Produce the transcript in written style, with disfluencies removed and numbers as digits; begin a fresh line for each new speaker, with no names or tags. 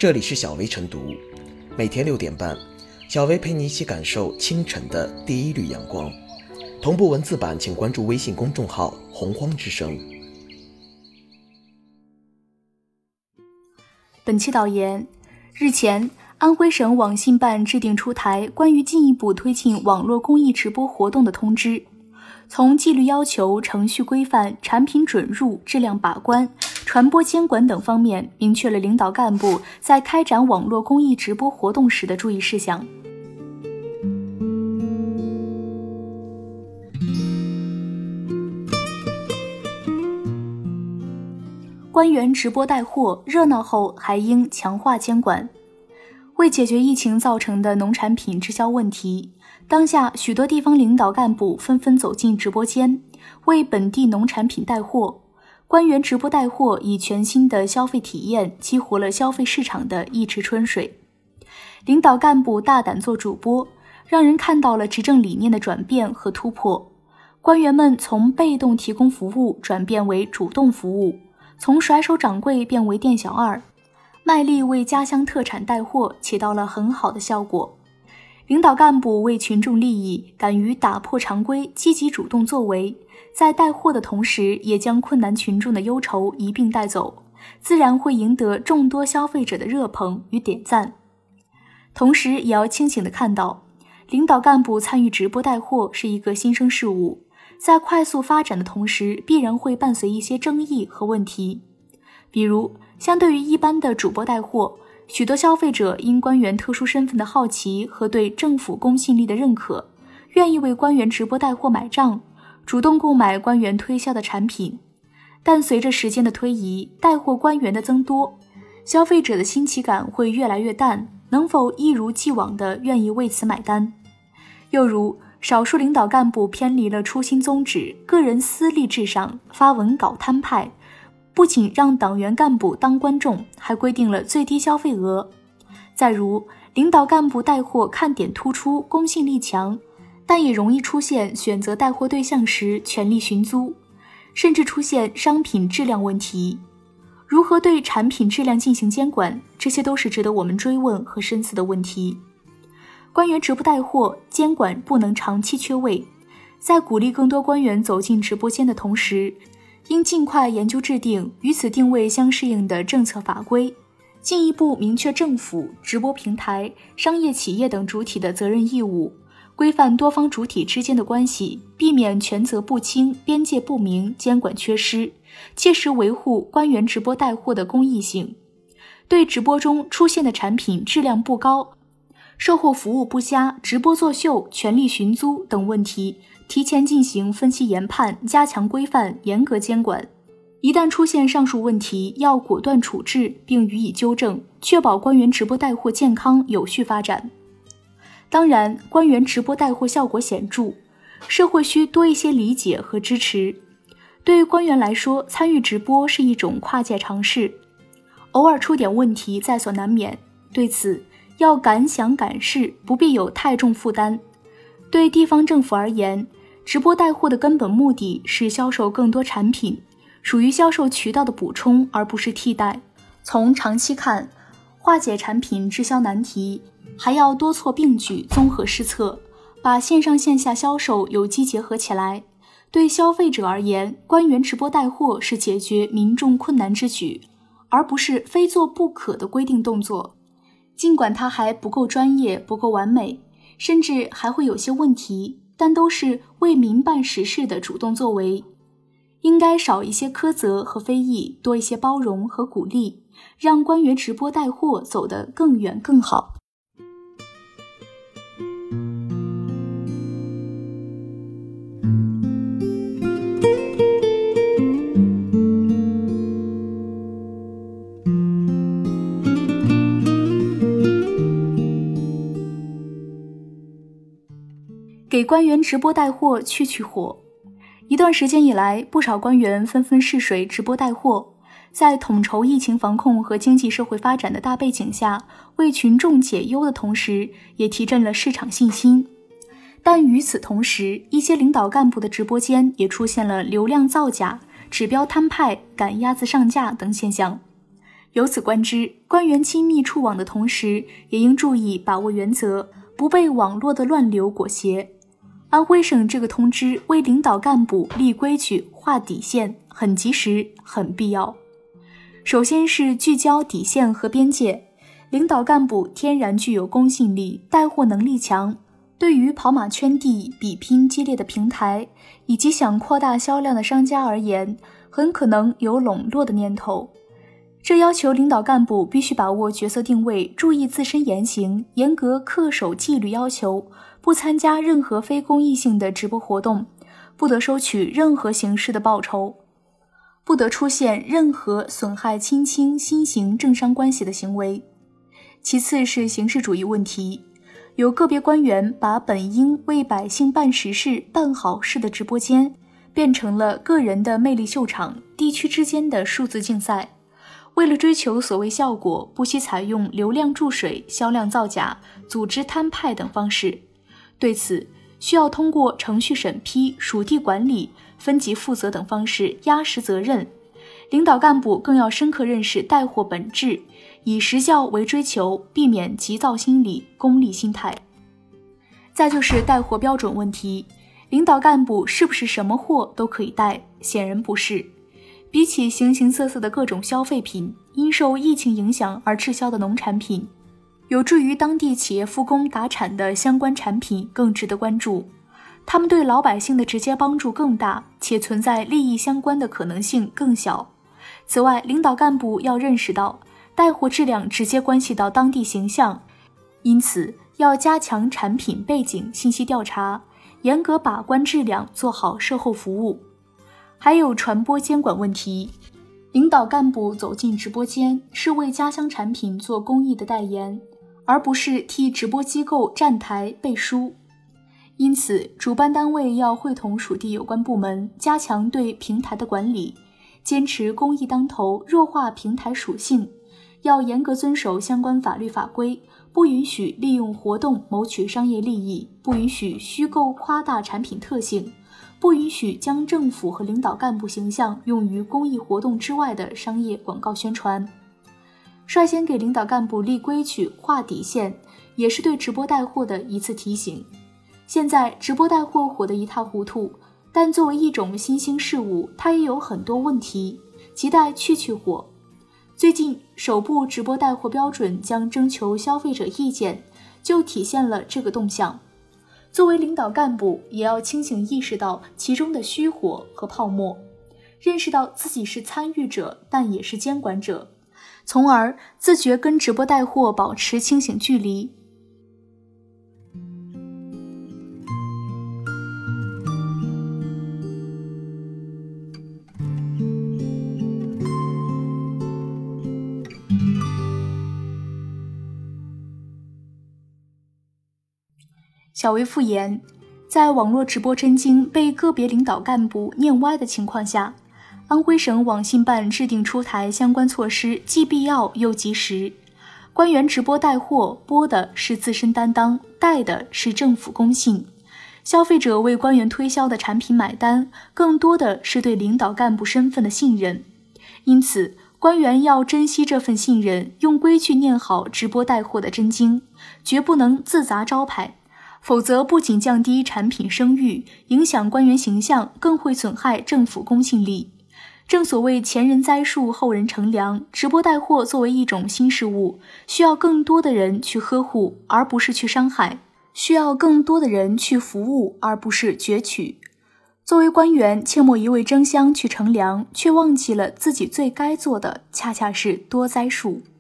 这里是小薇晨读，每天6点半，小薇陪你一起感受清晨的第一缕阳光。同步文字版请关注微信公众号洪荒之声。
本期导言：日前，安徽省网信办制定出台关于进一步推进网络公益直播活动的通知，从纪律要求、程序规范、产品准入、质量把关、传播监管等方面，明确了领导干部在开展网络公益直播活动时的注意事项。官员直播带货热闹后还应强化监管。为解决疫情造成的农产品滞销问题，当下许多地方领导干部纷纷走进直播间，为本地农产品带货。官员直播带货以全新的消费体验激活了消费市场的一池春水。领导干部大胆做主播，让人看到了执政理念的转变和突破。官员们从被动提供服务转变为主动服务，从甩手掌柜变为店小二，卖力为家乡特产带货，起到了很好的效果。领导干部为群众利益，敢于打破常规，积极主动作为，在带货的同时，也将困难群众的忧愁一并带走，自然会赢得众多消费者的热捧与点赞。同时，也要清醒地看到，领导干部参与直播带货是一个新生事物，在快速发展的同时，必然会伴随一些争议和问题。比如，相对于一般的主播带货，许多消费者因官员特殊身份的好奇和对政府公信力的认可，愿意为官员直播带货买账，主动购买官员推销的产品。但随着时间的推移，带货官员的增多，消费者的新奇感会越来越淡，能否一如既往地愿意为此买单？又如，少数领导干部偏离了初心宗旨，个人私利至上，发文搞摊派，不仅让党员干部当观众，还规定了最低消费额。再如，领导干部带货看点突出，公信力强，但也容易出现选择带货对象时权力寻租，甚至出现商品质量问题。如何对产品质量进行监管，这些都是值得我们追问和深思的问题。官员直播带货，监管不能长期缺位，在鼓励更多官员走进直播间的同时，应尽快研究制定与此定位相适应的政策法规，进一步明确政府、直播平台、商业企业等主体的责任义务，规范多方主体之间的关系，避免权责不清、边界不明、监管缺失，切实维护官员直播带货的公益性。对直播中出现的产品质量不高、售后服务不佳、直播作秀、权力寻租等问题，提前进行分析研判，加强规范，严格监管。一旦出现上述问题，要果断处置并予以纠正，确保官员直播带货健康有序发展。当然，官员直播带货效果显著，社会需多一些理解和支持。对于官员来说，参与直播是一种跨界尝试，偶尔出点问题在所难免，对此要敢想敢试，不必有太重负担。对地方政府而言，直播带货的根本目的是销售更多产品，属于销售渠道的补充，而不是替代。从长期看，化解产品滞销难题，还要多措并举，综合施策，把线上线下销售有机结合起来。对消费者而言，官员直播带货是解决民众困难之举，而不是非做不可的规定动作。尽管它还不够专业，不够完美，甚至还会有些问题，但都是为民办实事的主动作为。应该少一些苛责和非议，多一些包容和鼓励，让官员直播带货走得更远更好。给官员直播带货去火。一段时间以来，不少官员纷纷试水直播带货，在统筹疫情防控和经济社会发展的大背景下，为群众解忧的同时，也提振了市场信心。但与此同时，一些领导干部的直播间也出现了流量造假、指标摊派、赶鸭子上架等现象。 由此观之，官员亲密触网的同时，也应注意把握原则，不被网络的乱流裹挟。安徽省这个通知为领导干部立规矩、划底线，很及时，很必要。首先是聚焦底线和边界，领导干部天然具有公信力，带货能力强，对于跑马圈地、比拼激烈的平台以及想扩大销量的商家而言，很可能有笼络的念头。这要求领导干部必须把握角色定位，注意自身言行，严格恪守纪律要求，不参加任何非公益性的直播活动，不得收取任何形式的报酬，不得出现任何损害亲亲新型政商关系的行为。其次是形式主义问题，有个别官员把本应为百姓办实事、办好事的直播间，变成了个人的魅力秀场、地区之间的数字竞赛。为了追求所谓效果，不惜采用流量注水、销量造假、组织摊派等方式。对此，需要通过程序审批、属地管理、分级负责等方式压实责任。领导干部更要深刻认识带货本质，以实效为追求，避免急躁心理、功利心态。再就是带货标准问题，领导干部是不是什么货都可以带？显然不是。比起形形色色的各种消费品，因受疫情影响而滞销的农产品，有助于当地企业复工达产的相关产品更值得关注。他们对老百姓的直接帮助更大，且存在利益相关的可能性更小。此外，领导干部要认识到，带货质量直接关系到当地形象，因此要加强产品背景信息调查，严格把关质量，做好售后服务。还有传播监管问题，领导干部走进直播间是为家乡产品做公益的代言，而不是替直播机构站台背书。因此，主办单位要会同属地有关部门，加强对平台的管理，坚持公益当头，弱化平台属性，要严格遵守相关法律法规，不允许利用活动谋取商业利益，不允许虚构夸大产品特性，不允许将政府和领导干部形象用于公益活动之外的商业广告宣传。率先给领导干部立规矩、划底线，也是对直播带货的一次提醒。现在直播带货火得一塌糊涂，但作为一种新兴事物，它也有很多问题，亟待去火。最近首部直播带货标准将征求消费者意见，就体现了这个动向。作为领导干部，也要清醒意识到其中的虚火和泡沫，认识到自己是参与者，但也是监管者，从而自觉跟直播带货保持清醒距离。小微复言，在网络直播真经被个别领导干部念歪的情况下，安徽省网信办制定出台相关措施，既必要又及时。官员直播带货，播的是自身担当，带的是政府公信。消费者为官员推销的产品买单，更多的是对领导干部身份的信任。因此，官员要珍惜这份信任，用规矩念好直播带货的真经，绝不能自砸招牌。否则不仅降低产品声誉，影响官员形象，更会损害政府公信力。正所谓前人栽树，后人乘凉，直播带货作为一种新事物，需要更多的人去呵护，而不是去伤害；需要更多的人去服务，而不是攫取。作为官员，切莫一味争相去乘凉，却忘记了自己最该做的恰恰是多栽树。